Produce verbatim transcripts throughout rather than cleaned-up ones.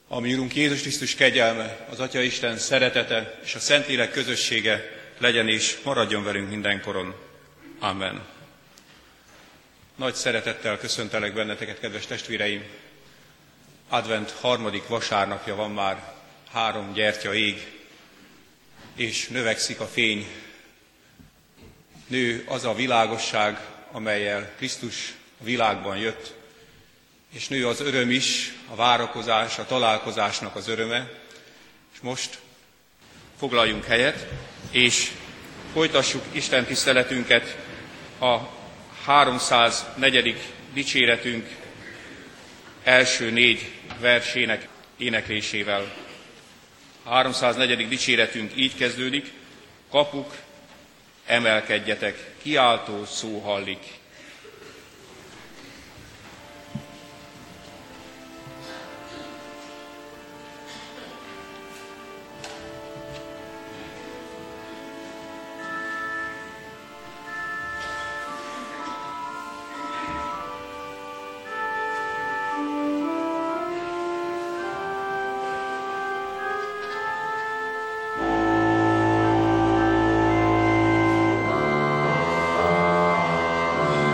A mi Urunk Jézus Krisztus kegyelme, az Atya Isten szeretete és a Szentlélek közössége legyen és maradjon velünk mindenkoron. Amen. Nagy szeretettel köszöntelek benneteket, kedves testvéreim! Advent harmadik vasárnapja van már, három gyertya ég, és növekszik a fény. Nő az a világosság, amellyel Krisztus a világban jött, és nő az öröm is, a várakozás, a találkozásnak az öröme. És most foglaljunk helyet, és folytassuk Isten tiszteletünket a háromszáznegyedik dicséretünk első négy versének éneklésével. A háromszáznegyedik dicséretünk így kezdődik: kapuk, emelkedjetek, kiáltó szó hallik. Amen.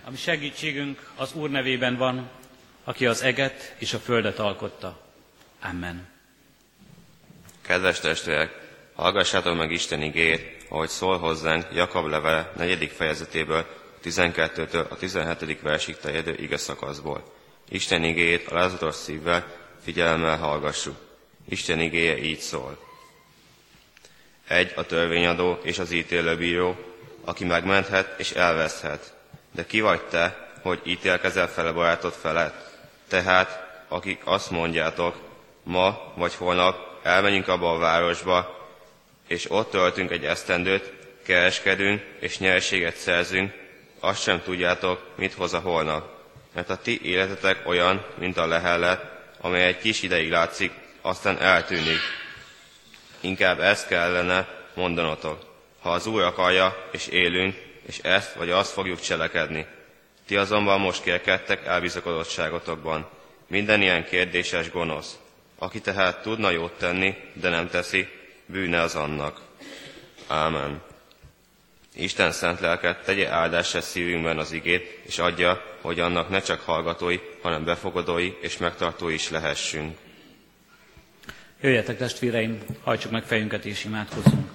ami segítségünk az Úr nevében van, aki az eget és a földet alkotta. Amen. Kedves testvérek, hallgassátok meg Isten igéjét, ahogy szól hozzánk Jakab levele negyedik fejezetéből, tizenkettőtől a tizenhetedik versig terjedő ige szakaszból. Isten igéjét alázatos szívvel, figyelemmel hallgassuk. Isten igéje így szól. Egy a törvényadó és az ítélőbíró, aki megmenthet és elveszhet. De ki vagy te, hogy ítélkezel fele barátod felett? Tehát, akik azt mondjátok, ma vagy holnap elmegyünk abba a városba, és ott töltünk egy esztendőt, kereskedünk és nyereséget szerzünk, azt sem tudjátok, mit hoz a holnap. Mert a ti életetek olyan, mint a lehellet, amely egy kis ideig látszik, aztán eltűnik. Inkább ezt kellene mondanotok. Ha az Úr akarja, és élünk, és ezt vagy azt fogjuk cselekedni. Ti azonban most kérkedtek elbizakodottságotokban. Minden ilyen kérdéses gonosz. Aki tehát tudna jót tenni, de nem teszi, bűne az annak. Ámen. Isten szent lelket tegye áldássá szívünkben az igét, és adja, hogy annak ne csak hallgatói, hanem befogadói és megtartói is lehessünk. Jöjjetek, testvéreim, hajtsuk meg fejünket és imádkozzunk.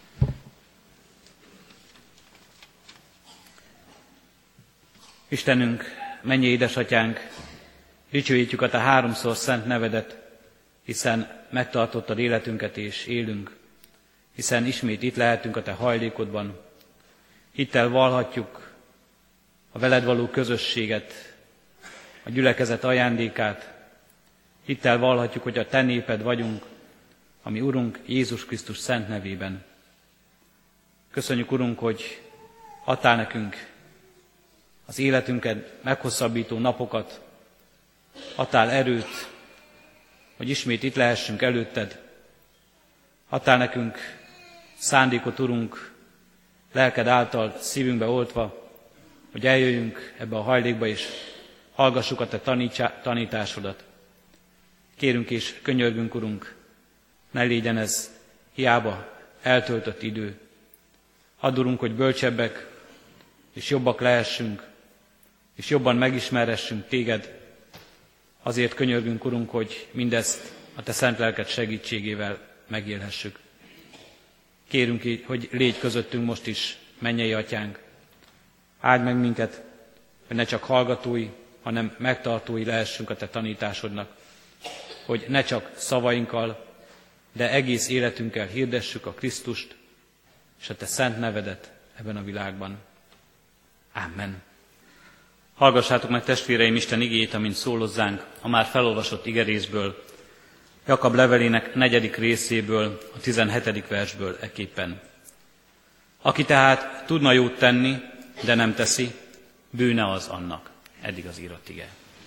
Istenünk, mennyei édesatyánk, dicsőítjük a te háromszor szent nevedet, hiszen megtartottad életünket és élünk, hiszen ismét itt lehetünk a te hajlékodban. Hittel vallhatjuk a veled való közösséget, a gyülekezet ajándékát. Hittel vallhatjuk, hogy a te néped vagyunk, ami Urunk Jézus Krisztus szent nevében. Köszönjük, Urunk, hogy adtál nekünk az életünket meghosszabbító napokat, adtál erőt, hogy ismét itt lehessünk előtted. Adtál nekünk szándékot, Urunk, lelked által szívünkbe oltva, hogy eljöjjünk ebbe a hajlékba, és hallgassuk a te tanításodat. Kérünk és könyörgünk, Urunk, ne legyen ez hiába eltöltött idő. Add, Urunk, hogy bölcsebbek és jobbak lehessünk, és jobban megismerhessünk téged. Azért könyörgünk, Urunk, hogy mindezt a te szent lelked segítségével megélhessük. Kérünk, hogy légy közöttünk most is, mennyei atyánk. Áld meg minket, hogy ne csak hallgatói, hanem megtartói lehessünk a te tanításodnak. Hogy ne csak szavainkkal, de egész életünkkel hirdessük a Krisztust és a te szent nevedet ebben a világban. Amen. Hallgassátok meg, testvéreim, Isten igéjét, amint szól hozzánk a már felolvasott igerészből, Jakab levelének negyedik részéből, a tizenhetedik versből eképpen. Aki tehát tudna jót tenni, de nem teszi, bűne az annak. Eddig az írott ige.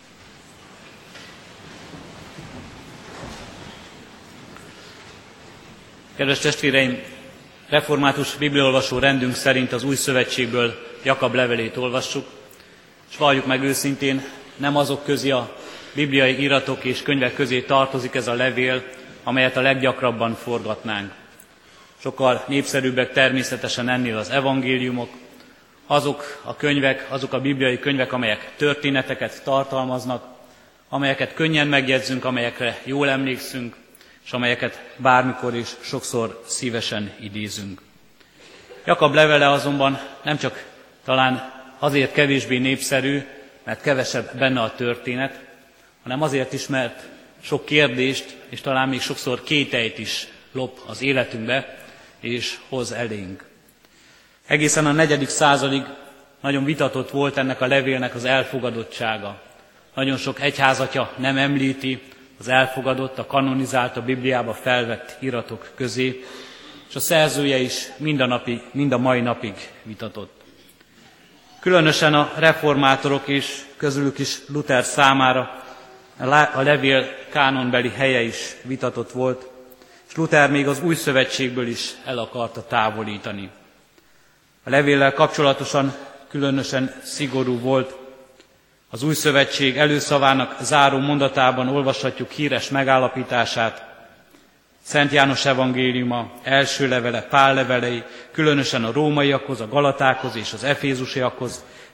Kedves testvéreim, református bibliaolvasó rendünk szerint az Új Szövetségből Jakab levelét olvassuk, és valljuk meg őszintén, nem azok közé a bibliai iratok és könyvek közé tartozik ez a levél, amelyet a leggyakrabban forgatnánk. Sokkal népszerűbbek természetesen ennél az evangéliumok, azok a könyvek, azok a bibliai könyvek, amelyek történeteket tartalmaznak, amelyeket könnyen megjegyzünk, amelyekre jól emlékszünk, és amelyeket bármikor is sokszor szívesen idézünk. Jakab levele azonban nem csak talán azért kevésbé népszerű, mert kevesebb benne a történet, hanem azért is, mert sok kérdést, és talán még sokszor kételyt is lop az életünkbe, és hoz elénk. Egészen a negyedik századig nagyon vitatott volt ennek a levélnek az elfogadottsága. Nagyon sok egyházatja nem említi az elfogadott, a kanonizált, a Bibliába felvett iratok közé, és a szerzője is mind a, napig, mind a mai napig vitatott. Különösen a reformátorok és közülük is Luther számára a levél kánonbeli helye is vitatott volt, és Luther még az Új Szövetségből is el akarta távolítani. A levéllel kapcsolatosan különösen szigorú volt. Az Új Szövetség előszavának záró mondatában olvashatjuk híres megállapítását. Szent János evangéliuma, első levele, Pál levelei, különösen a rómaiakhoz, a galatákhoz és az efézusiakhoz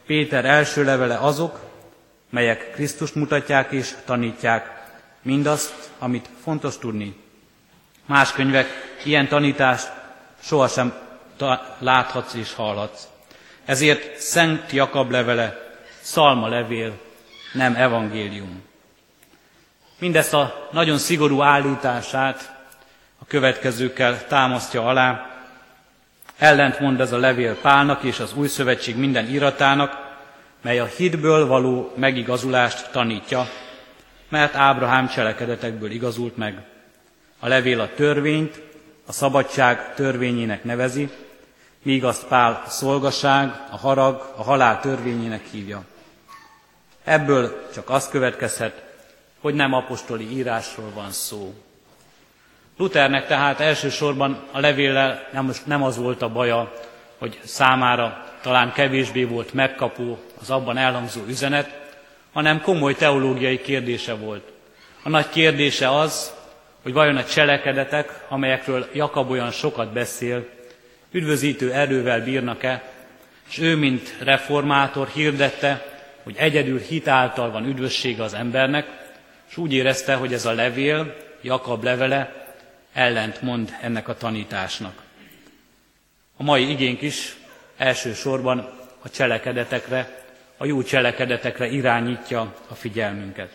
Péter első levele azok, melyek Krisztust mutatják és tanítják, mindazt, amit fontos tudni. Más könyvek ilyen tanítást sohasem ta- láthatsz és hallhatsz. Ezért Szent Jakab levele, szalma levél, nem evangélium. Mindezt a nagyon szigorú állítását a következőkkel támasztja alá. Ellentmond ez a levél Pálnak és az Új Szövetség minden iratának, mely a hitből való megigazulást tanítja, mert Ábrahám cselekedetekből igazult meg. A levél a törvényt a szabadság törvényének nevezi, míg azt Pál a szolgaság, a harag, a halál törvényének hívja. Ebből csak az következhet, hogy nem apostoli írásról van szó. Luthernek tehát elsősorban a levéllel nem, nem az volt a baja, hogy számára talán kevésbé volt megkapó az abban elhangzó üzenet, hanem komoly teológiai kérdése volt. A nagy kérdése az, hogy vajon a cselekedetek, amelyekről Jakab olyan sokat beszél, üdvözítő erővel bírnak-e, és ő, mint reformátor hirdette, hogy egyedül hit által van üdvössége az embernek, és úgy érezte, hogy ez a levél, Jakab levele ellentmond ennek a tanításnak. A mai igénk is elsősorban a cselekedetekre, a jó cselekedetekre irányítja a figyelmünket.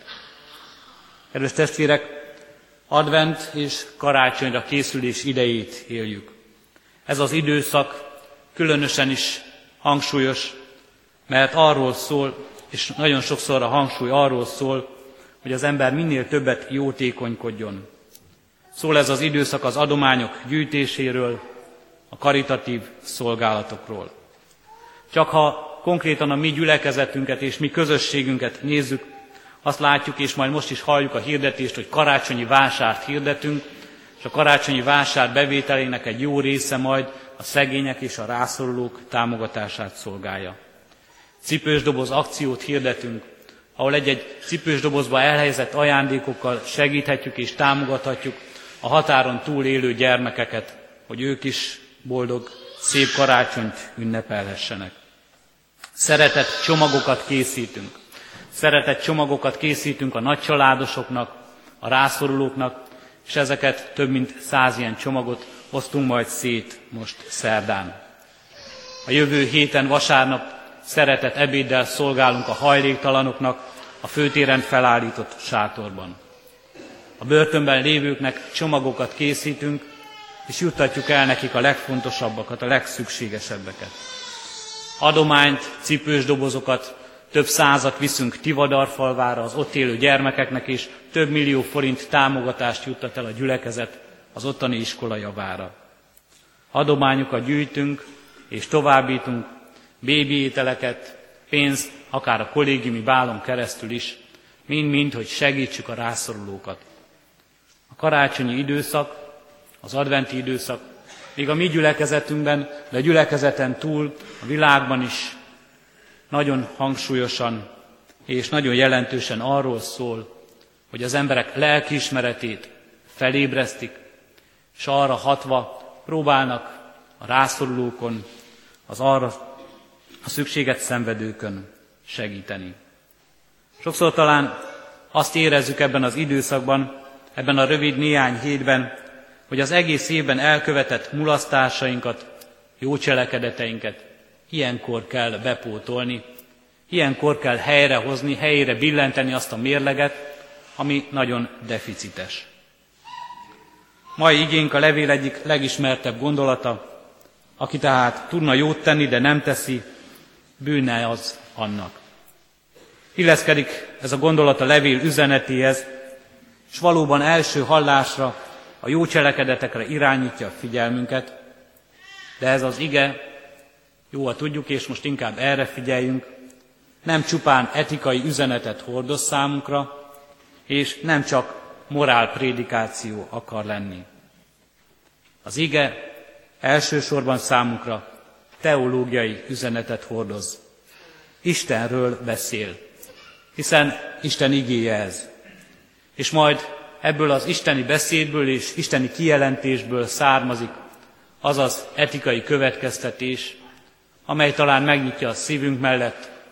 Kedves testvérek, advent és karácsonyra készülés idejét éljük. Ez az időszak különösen is hangsúlyos, mert arról szól, és nagyon sokszor a hangsúly arról szól, hogy az ember minél többet jótékonykodjon. Szól ez az időszak az adományok gyűjtéséről, a karitatív szolgálatokról. Csak ha konkrétan a mi gyülekezetünket és mi közösségünket nézzük, azt látjuk, és majd most is halljuk a hirdetést, hogy karácsonyi vásárt hirdetünk, és a karácsonyi vásár bevételének egy jó része majd a szegények és a rászorulók támogatását szolgálja. Cipősdoboz akciót hirdetünk, ahol egy-egy cipősdobozba elhelyezett ajándékokkal segíthetjük és támogathatjuk a határon túl élő gyermekeket, hogy ők is boldog, szép karácsonyt ünnepelhessenek. Szeretett csomagokat készítünk. Szeretett csomagokat készítünk a nagycsaládosoknak, a rászorulóknak, és ezeket több mint száz ilyen csomagot osztunk majd szét most szerdán. A jövő héten vasárnap szeretett ebéddel szolgálunk a hajléktalanoknak a főtéren felállított sátorban. A börtönben lévőknek csomagokat készítünk, és juttatjuk el nekik a legfontosabbakat, a legszükségesebbeket. Adományt, cipős dobozokat, több százat viszünk Tivadarfalvára az ott élő gyermekeknek, és több millió forint támogatást juttat el a gyülekezet az ottani iskola javára. Adományokat gyűjtünk és továbbítunk, bébi ételeket, pénzt, akár a kollégiumi bálon keresztül is, mind-mind, hogy segítsük a rászorulókat. A karácsonyi időszak, az adventi időszak, még a mi gyülekezetünkben, de a gyülekezeten túl, a világban is nagyon hangsúlyosan és nagyon jelentősen arról szól, hogy az emberek lelkiismeretét felébresztik, és arra hatva próbálnak a rászorulókon, az arra a szükséget szenvedőkön segíteni. Sokszor talán azt érezzük ebben az időszakban, ebben a rövid néhány hétben, hogy az egész évben elkövetett mulasztásainkat, jó cselekedeteinket ilyenkor kell bepótolni, ilyenkor kell helyrehozni, helyére billenteni azt a mérleget, ami nagyon deficites. Mai igénk a levél egyik legismertebb gondolata, aki tehát tudna jót tenni, de nem teszi, bűne az annak. Illeszkedik ez a gondolat a levél üzenetéhez, és valóban első hallásra a jó cselekedetekre irányítja a figyelmünket, de ez az ige, jó, ha tudjuk, és most inkább erre figyeljünk, nem csupán etikai üzenetet hordoz számunkra, és nem csak morálprédikáció akar lenni. Az ige elsősorban számunkra teológiai üzenetet hordoz. Istenről beszél, hiszen Isten igéje ez. És majd ebből az isteni beszédből és isteni kijelentésből származik az az etikai következtetés, amely talán megnyitja a szívünk mellett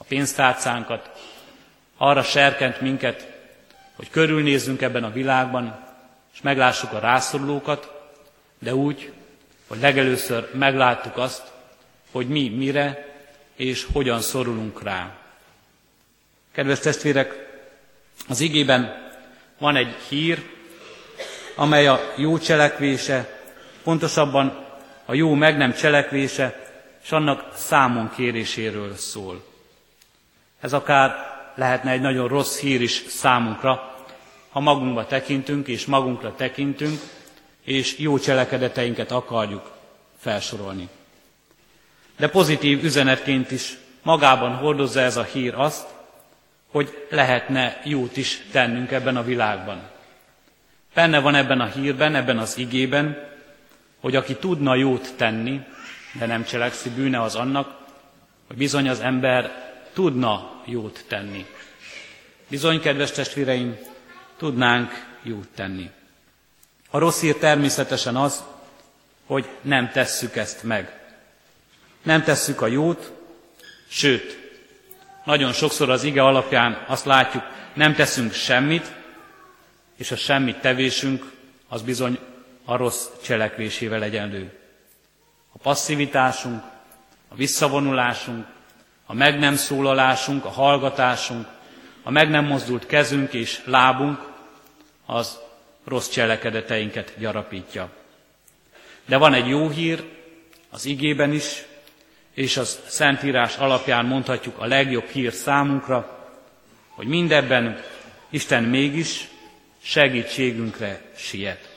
pénztárcánkat, arra serkent minket, hogy körülnézzünk ebben a világban, és meglássuk a rászorulókat, de úgy, hogy legelőször megláttuk azt, hogy mi mire és hogyan szorulunk rá. Kedves testvérek, az igében van egy hír, amely a jó cselekvése, pontosabban a jó meg nem cselekvése, és annak számon kéréséről szól. Ez akár lehetne egy nagyon rossz hír is számunkra, ha magunkba tekintünk és magunkra tekintünk, és jó cselekedeteinket akarjuk felsorolni. De pozitív üzenetként is magában hordozza ez a hír azt, hogy lehetne jót is tennünk ebben a világban. Benne van ebben a hírben, ebben az igében, hogy aki tudna jót tenni, de nem cselekszi, bűne az annak, hogy bizony az ember tudna jót tenni. Bizony, kedves testvéreim, tudnánk jót tenni. A rossz hír természetesen az, hogy nem tesszük ezt meg. Nem tesszük a jót, sőt, nagyon sokszor az ige alapján azt látjuk, nem teszünk semmit, és a semmit tevésünk az bizony a rossz cselekvésével egyenlő. A passzivitásunk, a visszavonulásunk, a meg nem szólalásunk, a hallgatásunk, a meg nem mozdult kezünk és lábunk, az rossz cselekedeteinket gyarapítja. De van egy jó hír az igében is, és az Szentírás alapján mondhatjuk a legjobb hír számunkra, hogy mindebben Isten mégis segítségünkre siet.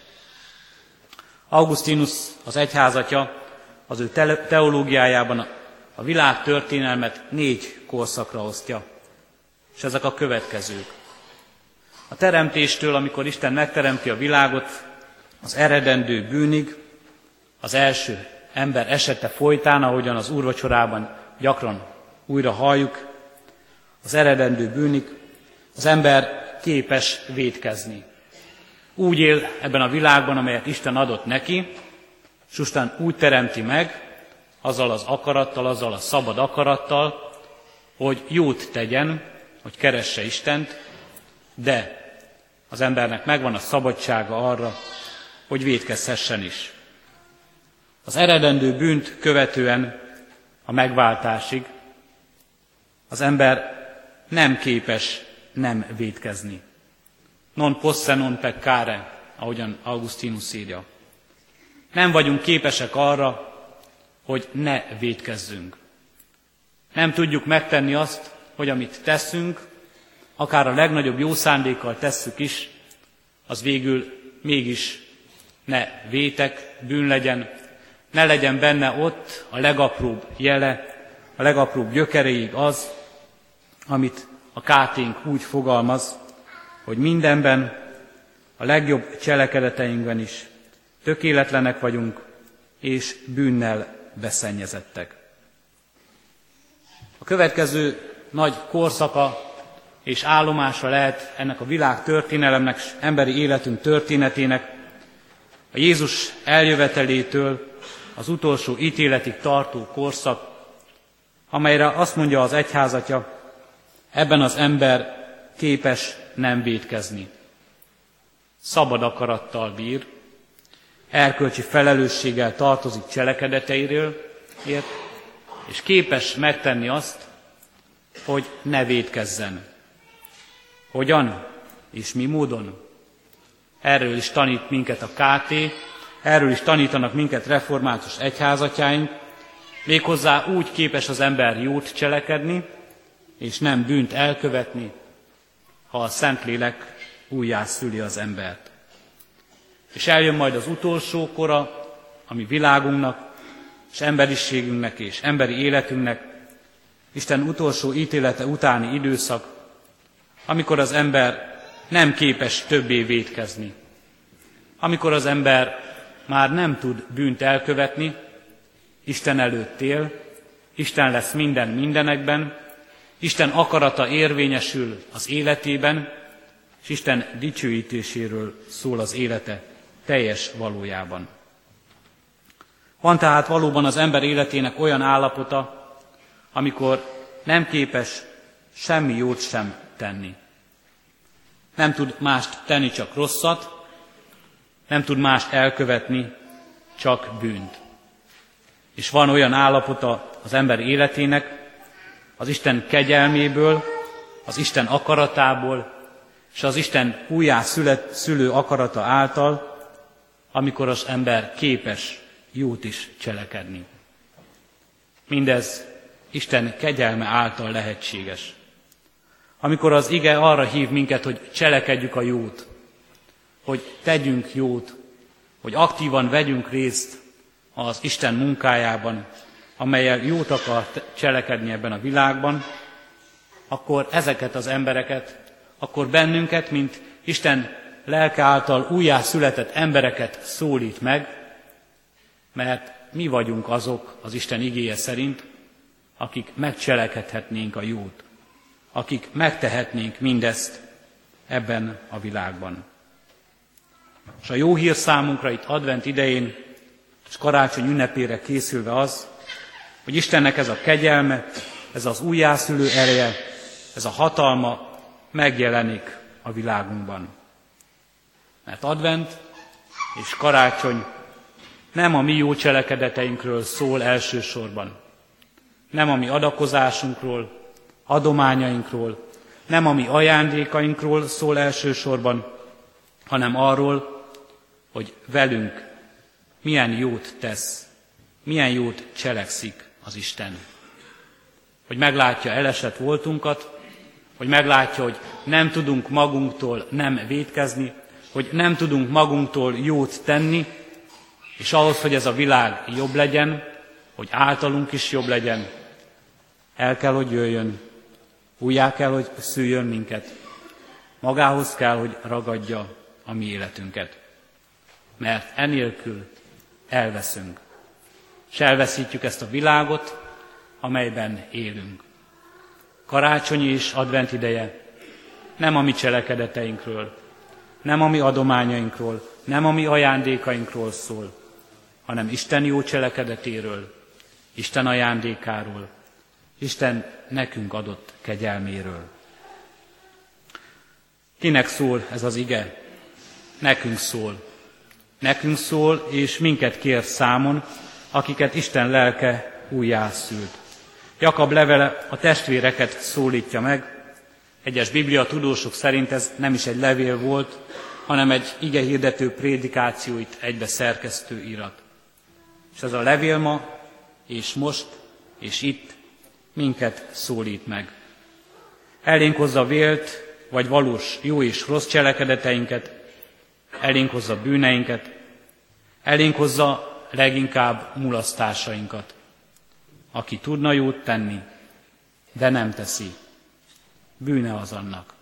Augustinus, az egyházatja, az ő teológiájában a világ történelmet négy korszakra osztja, és ezek a következők. A teremtéstől, amikor Isten megteremti a világot, az eredendő bűnig, az első ember esete folytán, ahogyan az úrvacsorában gyakran újra halljuk, az eredendő bűnig, az ember képes vétkezni. Úgy él ebben a világban, amelyet Isten adott neki, és Isten úgy teremti meg, azzal az akarattal, azzal a szabad akarattal, hogy jót tegyen, hogy keresse Istent, de az embernek megvan a szabadsága arra, hogy vétkezhessen is. Az eredendő bűnt követően a megváltásig az ember nem képes nem vétkezni. Non posse non peccare, ahogyan Augustinus írja. Nem vagyunk képesek arra, hogy ne vétkezzünk. Nem tudjuk megtenni azt, hogy amit teszünk, akár a legnagyobb jó szándékkal tesszük is, az végül mégis ne vétek, bűn legyen, ne legyen benne ott a legapróbb jele, a legapróbb gyökeréig az, amit a káténk úgy fogalmaz, hogy mindenben, a legjobb cselekedeteinkben is tökéletlenek vagyunk, és bűnnel beszennyezettek. A következő nagy korszaka és állomása lehet ennek a világ történelemnek, és emberi életünk történetének a Jézus eljövetelétől az utolsó ítéletig tartó korszak, amelyre azt mondja az egyházatja, ebben az ember képes nem vétkezni. Szabad akarattal bír, erkölcsi felelősséggel tartozik cselekedeteiről, ért, és képes megtenni azt, hogy ne vétkezzen. Hogyan és mi módon? Erről is tanít minket a ká té, erről is tanítanak minket református egyházatjáink, méghozzá úgy képes az ember jót cselekedni, és nem bűnt elkövetni, ha a Szentlélek újjászüli az embert. És eljön majd az utolsó kora, ami világunknak, és emberiségünknek és emberi életünknek, Isten utolsó ítélete utáni időszak, amikor az ember nem képes többé vétkezni. Amikor az ember már nem tud bűnt elkövetni, Isten előtt él, Isten lesz minden mindenekben, Isten akarata érvényesül az életében, és Isten dicsőítéséről szól az élete teljes valójában. Van tehát valóban az ember életének olyan állapota, amikor nem képes semmi jót sem tenni. Nem tud mást tenni, csak rosszat, nem tud mást elkövetni, csak bűnt. És van olyan állapota az ember életének, az Isten kegyelméből, az Isten akaratából, és az Isten újjá szület, szülő akarata által, amikor az ember képes jót is cselekedni. Mindez Isten kegyelme által lehetséges. Amikor az ige arra hív minket, hogy cselekedjük a jót, hogy tegyünk jót, hogy aktívan vegyünk részt az Isten munkájában, amellyel jót akar cselekedni ebben a világban, akkor ezeket az embereket, akkor bennünket, mint Isten lelke által újjá született embereket szólít meg, mert mi vagyunk azok az Isten igéje szerint, akik megcselekedhetnénk a jót, akik megtehetnénk mindezt ebben a világban. És a jó hír számunkra itt advent idején, és karácsony ünnepére készülve az, hogy Istennek ez a kegyelme, ez az újjászülő ereje, ez a hatalma megjelenik a világunkban. Mert advent és karácsony nem a mi jó cselekedeteinkről szól elsősorban, nem a mi adakozásunkról, adományainkról, nem a mi ajándékainkról szól elsősorban, hanem arról, hogy velünk milyen jót tesz, milyen jót cselekszik az Isten. Hogy meglátja elesett voltunkat, hogy meglátja, hogy nem tudunk magunktól nem vétkezni, hogy nem tudunk magunktól jót tenni, és ahhoz, hogy ez a világ jobb legyen, hogy általunk is jobb legyen, el kell, hogy jöjjön, újjá kell, hogy szüljön minket, magához kell, hogy ragadja a mi életünket. Mert enélkül elveszünk, és elveszítjük ezt a világot, amelyben élünk. Karácsonyi és advent ideje nem a mi cselekedeteinkről, nem a mi adományainkról, nem a mi ajándékainkról szól, hanem Isten jó cselekedetéről, Isten ajándékáról, Isten nekünk adott kegyelméről. Kinek szól ez az ige? Nekünk szól. Nekünk szól, és minket kér számon, akiket Isten lelke újjászült. Jakab levele a testvéreket szólítja meg. Egyes Biblia tudósok szerint ez nem is egy levél volt, hanem egy igehirdető prédikációit egybe szerkesztő irat. És ez a levél ma, és most, és itt minket szólít meg. Elénk hozza vélt, vagy valós jó és rossz cselekedeteinket, elénk hozza bűneinket, elénk hozza leginkább mulasztásainkat. Aki tudna jót tenni, de nem teszi, bűne az annak.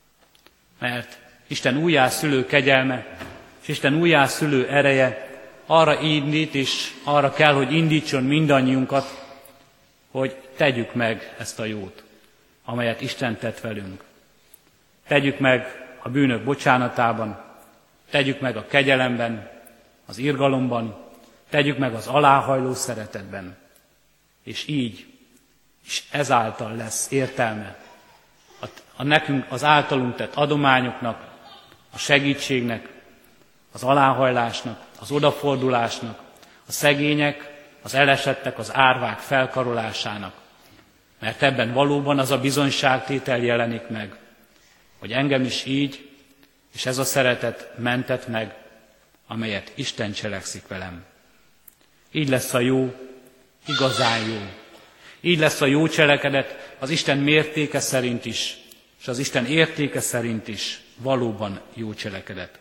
Mert Isten újjászülő kegyelme, és Isten újjászülő ereje arra indít, és arra kell, hogy indítson mindannyiunkat, hogy tegyük meg ezt a jót, amelyet Isten tett velünk. Tegyük meg a bűnök bocsánatában, tegyük meg a kegyelemben, az irgalomban, tegyük meg az aláhajló szeretetben. És így, és ezáltal lesz értelme a, a nekünk, az általunk tett adományoknak, a segítségnek, az aláhajlásnak, az odafordulásnak, a szegények, az elesettek, az árvák felkarolásának. Mert ebben valóban az a bizonyságtétel jelenik meg, hogy engem is így, és ez a szeretet mentett meg, amelyet Isten cselekszik velem. Így lesz a jó, igazán jó. Így lesz a jó cselekedet az Isten mértéke szerint is, és az Isten értéke szerint is valóban jó cselekedet.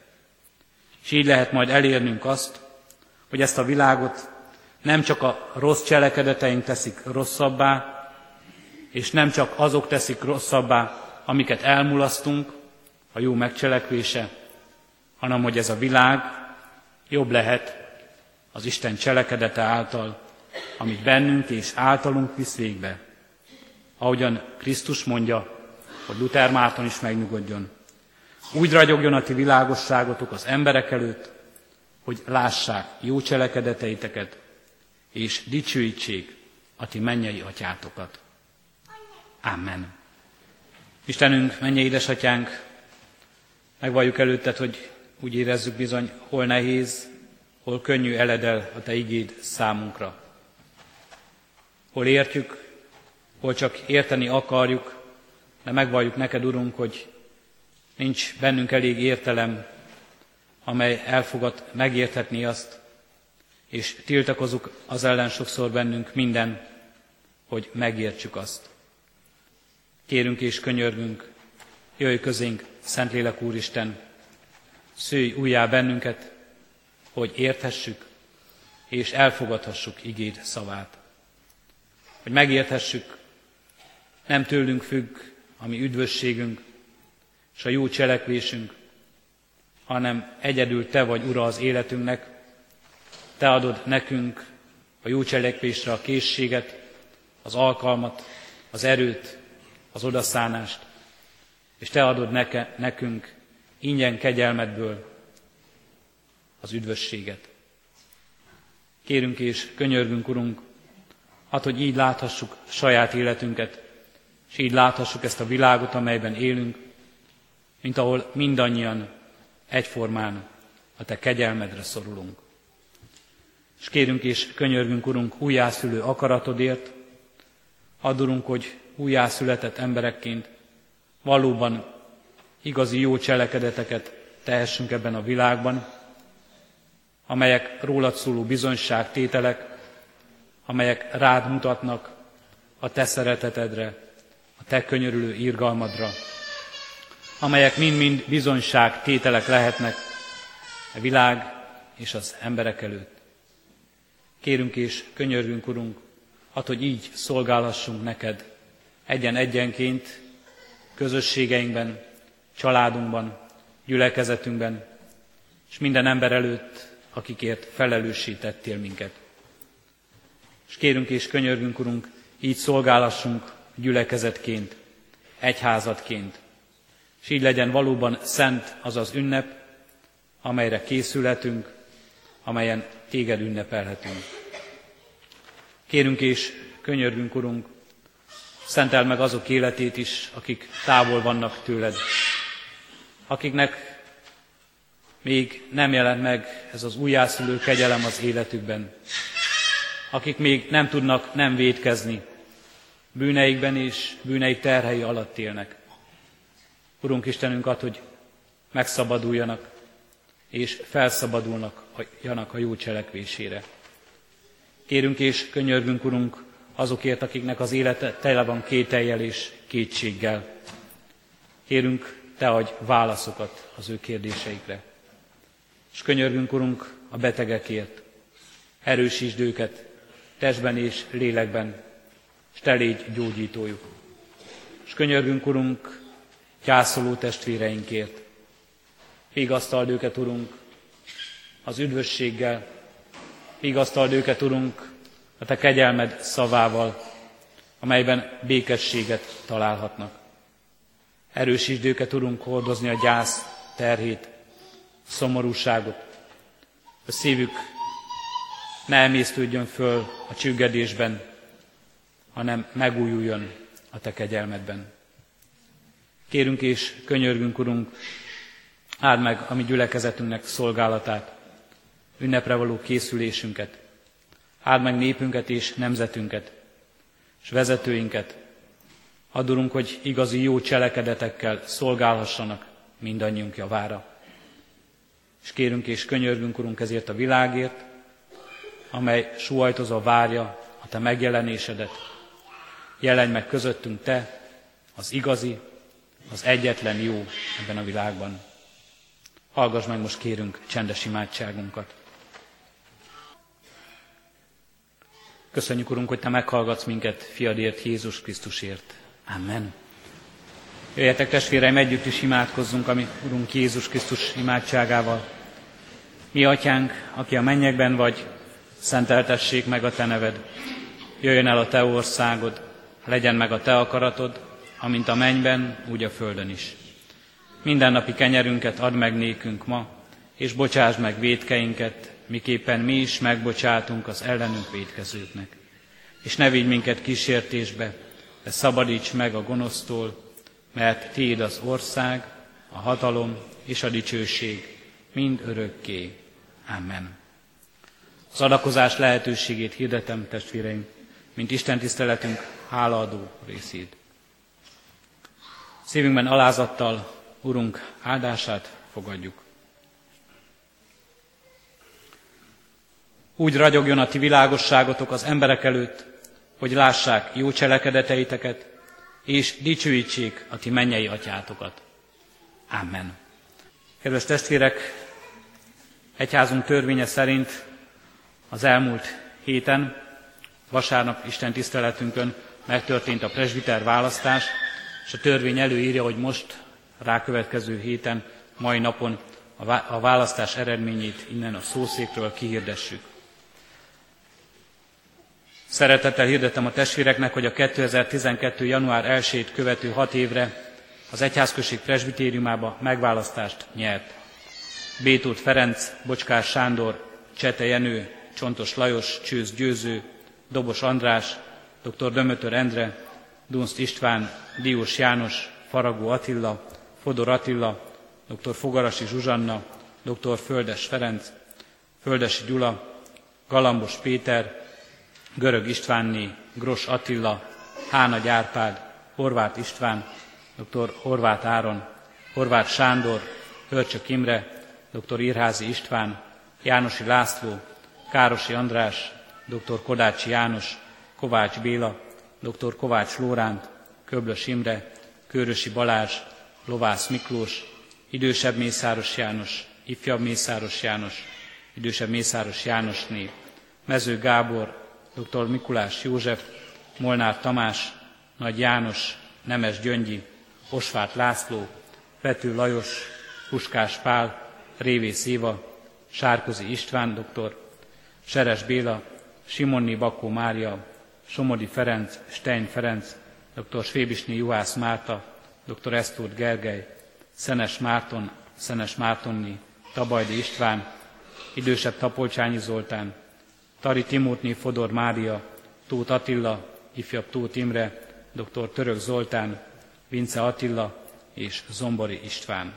És így lehet majd elérnünk azt, hogy ezt a világot nem csak a rossz cselekedeteink teszik rosszabbá, és nem csak azok teszik rosszabbá, amiket elmulasztunk, a jó megcselekvése, hanem hogy ez a világ jobb lehet az Isten cselekedete által, amit bennünk és általunk visz végbe. Ahogyan Krisztus mondja, hogy Luther Márton is megnyugodjon. Úgy ragyogjon a ti világosságotok az emberek előtt, hogy lássák jó cselekedeteiteket, és dicsőítsék a ti mennyei atyátokat. Amen. Istenünk, mennyei édesatyánk, megvalljuk előtted, hogy úgy érezzük bizony, hol nehéz, hol könnyű eledel a te igéd számunkra. Hol értjük, hol csak érteni akarjuk, de megvalljuk neked, Urunk, hogy nincs bennünk elég értelem, amely elfogad megérthetni azt, és tiltakozunk az ellen sokszor bennünk minden, hogy megértsük azt. Kérünk és könyörgünk, jöjj közénk, Szentlélek Úristen, szülj újjá bennünket, hogy érthessük és elfogadhassuk igéd szavát. Hogy megérthessük, nem tőlünk függ a mi üdvösségünk és a jó cselekvésünk, hanem egyedül te vagy Ura az életünknek, te adod nekünk a jó cselekvésre a készséget, az alkalmat, az erőt, az odaszánást, és te adod neke, nekünk ingyen kegyelmedből az üdvösséget. Kérünk és könyörgünk, Urunk, hát, hogy így láthassuk saját életünket, és így láthassuk ezt a világot, amelyben élünk, mint ahol mindannyian egyformán a te kegyelmedre szorulunk. És kérünk és könyörgünk, Urunk, újjászülő akaratodért, add, Urunk, hogy újjászületett emberekként valóban igazi jó cselekedeteket tehessünk ebben a világban, amelyek rólad szóló bizonyságtételek, amelyek rád mutatnak a te szeretetedre, a te könyörülő irgalmadra, amelyek mind-mind bizonyságtételek lehetnek a világ és az emberek előtt. Kérünk és könyörgünk, Urunk, hadd, hogy így szolgálhassunk neked egyen-egyenként, közösségeinkben, családunkban, gyülekezetünkben, és minden ember előtt, akikért felelőssé tettél minket. És kérünk és könyörgünk, Urunk, így szolgálhassunk gyülekezetként, egyházatként, és így legyen valóban szent az az ünnep, amelyre készülhetünk, amelyen téged ünnepelhetünk. Kérünk és könyörgünk, Urunk, szenteld meg azok életét is, akik távol vannak tőled, akiknek még nem jelent meg ez az újjászülő kegyelem az életükben, akik még nem tudnak nem vétkezni, bűneikben és bűneik terhei alatt élnek. Urunk Istenünk, add, hogy megszabaduljanak, és felszabadulnak a jó cselekvésére. Kérünk és könyörgünk, Urunk, azokért, akiknek az élete tele van kétellyel és kétséggel. Kérünk, te adj válaszokat az ő kérdéseikre. És könyörgünk, Urunk, a betegekért. Erősítsd őket testben és lélekben, és te légy gyógyítójuk. És könyörgünk, Urunk, gyászoló testvéreinkért. Vigasztald őket, Urunk, az üdvösséggel, vigasztald őket, Urunk, a te kegyelmed szavával, amelyben békességet találhatnak. Erősítsd őket, Urunk, hordozni a gyász terhét, a szomorúságot, a szívük ne emésztődjön föl a csüggedésben, hanem megújuljon a te kegyelmedben. Kérünk és könyörgünk, Urunk, áld meg a mi gyülekezetünknek szolgálatát, ünnepre való készülésünket, áld meg népünket és nemzetünket, és vezetőinket. Add, Urunk, hogy igazi jó cselekedetekkel szolgálhassanak mindannyiunk javára. És kérünk és könyörgünk, Urunk, ezért a világért, amely suhajtozva várja a te megjelenésedet. Jelenj meg közöttünk te, az igazi, az egyetlen jó ebben a világban. Hallgass meg most, kérünk, csendes imádságunkat. Köszönjük, Urunk, hogy te meghallgatsz minket fiadért, Jézus Krisztusért. Amen. Jöjjetek, testvéreim, együtt is imádkozzunk a mi Urunk Jézus Krisztus imádságával. Mi atyánk, aki a mennyekben vagy, szenteltessék meg a te neved. Jöjjön el a te országod, legyen meg a te akaratod, amint a mennyben, úgy a földön is. Mindennapi kenyerünket add meg nékünk ma, és bocsásd meg vétkeinket, miképpen mi is megbocsátunk az ellenünk vétkezőknek. És ne vigy minket kísértésbe, de szabadíts meg a gonosztól, mert Tiéd az ország, a hatalom és a dicsőség mind örökké. Amen. Az adakozás lehetőségét hirdetem, testvéreim, mint Isten tiszteletünk hálaadó részét. Szívünkben alázattal Urunk áldását fogadjuk. Úgy ragyogjon a ti világosságotok az emberek előtt, hogy lássák jó cselekedeteiteket, és dicsőítsék a ti mennyei atyátokat. Amen. Kedves testvérek, egyházunk törvénye szerint az elmúlt héten, vasárnap Isten tiszteletünkön megtörtént a presbiter választás, és a törvény előírja, hogy most, rákövetkező héten, mai napon a választás eredményét innen a szószékről kihirdessük. Szeretettel hirdetem a testvéreknek, hogy a kétezer-tizenkettő. január elsejét követő hat évre az egyházközség presbitériumába megválasztást nyert. Bétót Ferenc, Bocskás Sándor, Csete Jenő, Csontos Lajos, Csőz Győző, Dobos András, dr. Dömötör Endre, Dunszt István, Diós János, Faragó Attila, Fodor Attila, dr. Fogarasi Zsuzsanna, dr. Földes Ferenc, Földesi Gyula, Galambos Péter, Görög Istvánné, Gros Attila, Hánagy Árpád, Horváth István, dr. Horváth Áron, Horváth Sándor, Hörcsök Imre, dr. Irházi István, Jánosi László, Károsi András, dr. Kodácsi János, Kovács Béla, dr. Kovács Lóránt, Köblös Imre, Kőrösi Balázs, Lovász Miklós, idősebb Mészáros János, ifjabb Mészáros János, idősebb Mészáros Jánosné, Mező Gábor, dr. Mikulás József, Molnár Tamás, Nagy János, Nemes Gyöngyi, Osváth László, Pető Lajos, Puskás Pál, Révész Éva, Sárközi István doktor, Seres Béla, Simonné Bakó Mária, Somodi Ferenc, Stein Ferenc, dr. Svébisné Juhász Márta, dr. Esztóth Gergely, Szenes Márton, Szenes Mártonné, Tabajdi István, idősebb Tapolcsányi Zoltán, Tari Timótné Fodor Mária, Tóth Attila, ifjabb Tóth Imre, dr. Török Zoltán, Vince Attila és Zombori István.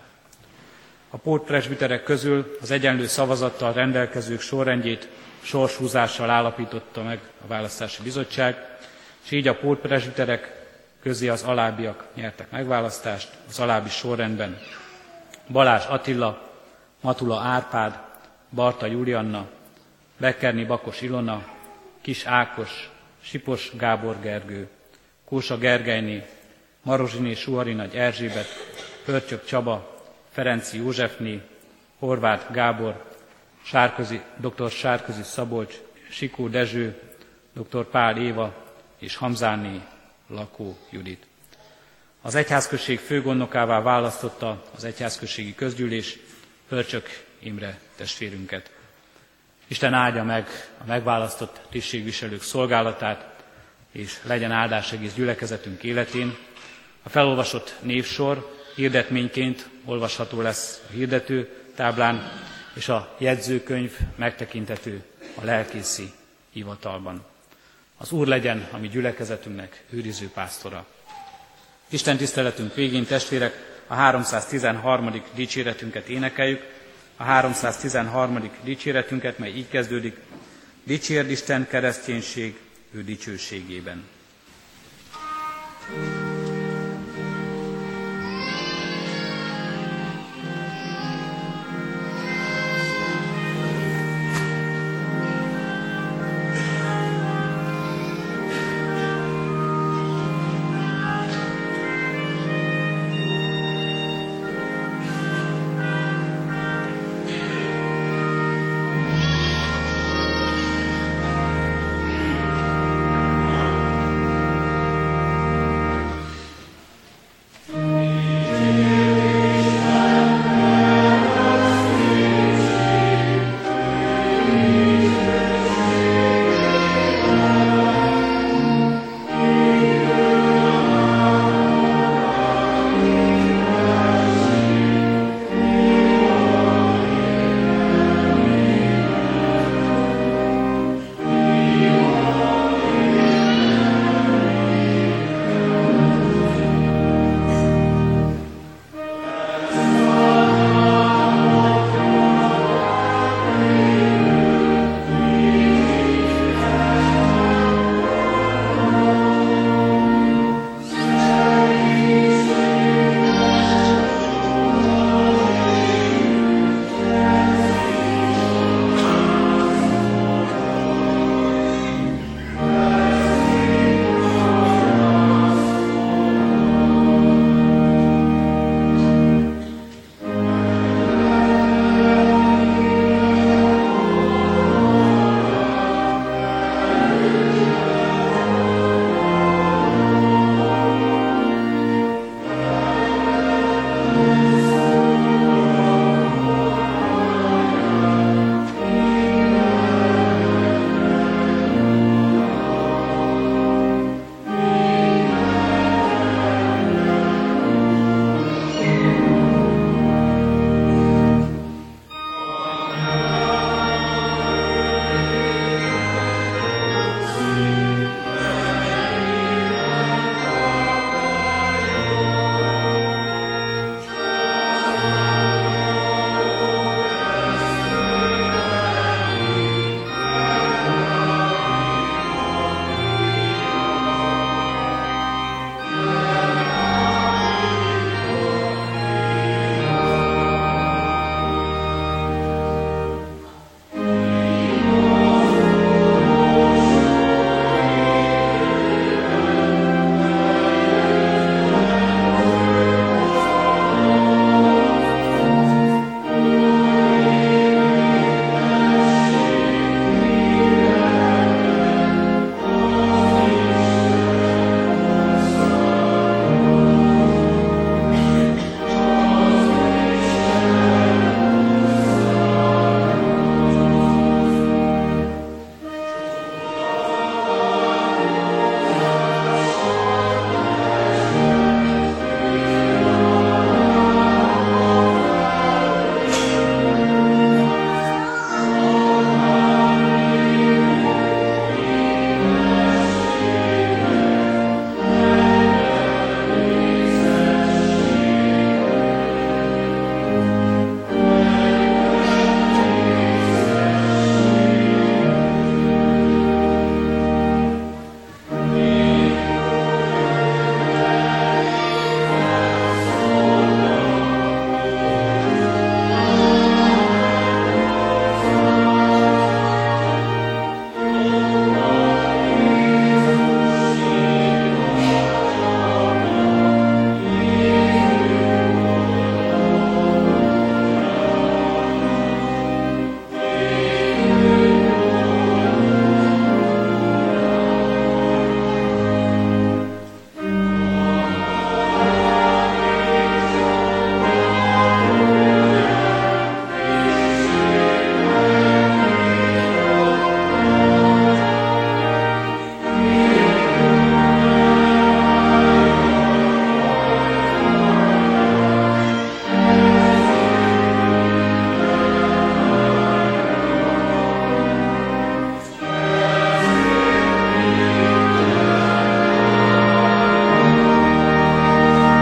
A pótpresbiterek közül az egyenlő szavazattal rendelkezők sorrendjét sorshúzással állapította meg a választási bizottság, és így a pótpresbiterek közé az alábbiak nyertek megválasztást az alábbi sorrendben: Balázs Attila, Matula Árpád, Barta Julianna, Bekkerni Bakos Ilona, Kis Ákos, Sipos Gábor Gergő, Kósa Gergelyné, Marozsiné Suhari Nagy Erzsébet, Pörtyök Csaba, Ferenci Józsefné, Horváth Gábor, Sárközi, dr. Sárközi Szabolcs, Sikó Dezső, dr. Pál Éva és Hamzáné Lakó Judit. Az egyházközség főgondnokává választotta az egyházközségi közgyűlés Pörcsök Imre testvérünket. Isten áldja meg a megválasztott tisztségviselők szolgálatát, és legyen áldás egész gyülekezetünk életén. A felolvasott névsor hirdetményként olvasható lesz a hirdető táblán, és a jegyzőkönyv megtekintető a lelkészi hivatalban. Az Úr legyen a mi gyülekezetünknek őriző pásztora. Isten tiszteletünk végén, testvérek, a háromszáztizenharmadik dicséretünket énekeljük. A háromszáztizenharmadik dicséretünket, mely így kezdődik: Dicsérd Isten kereszténység ő dicsőségében.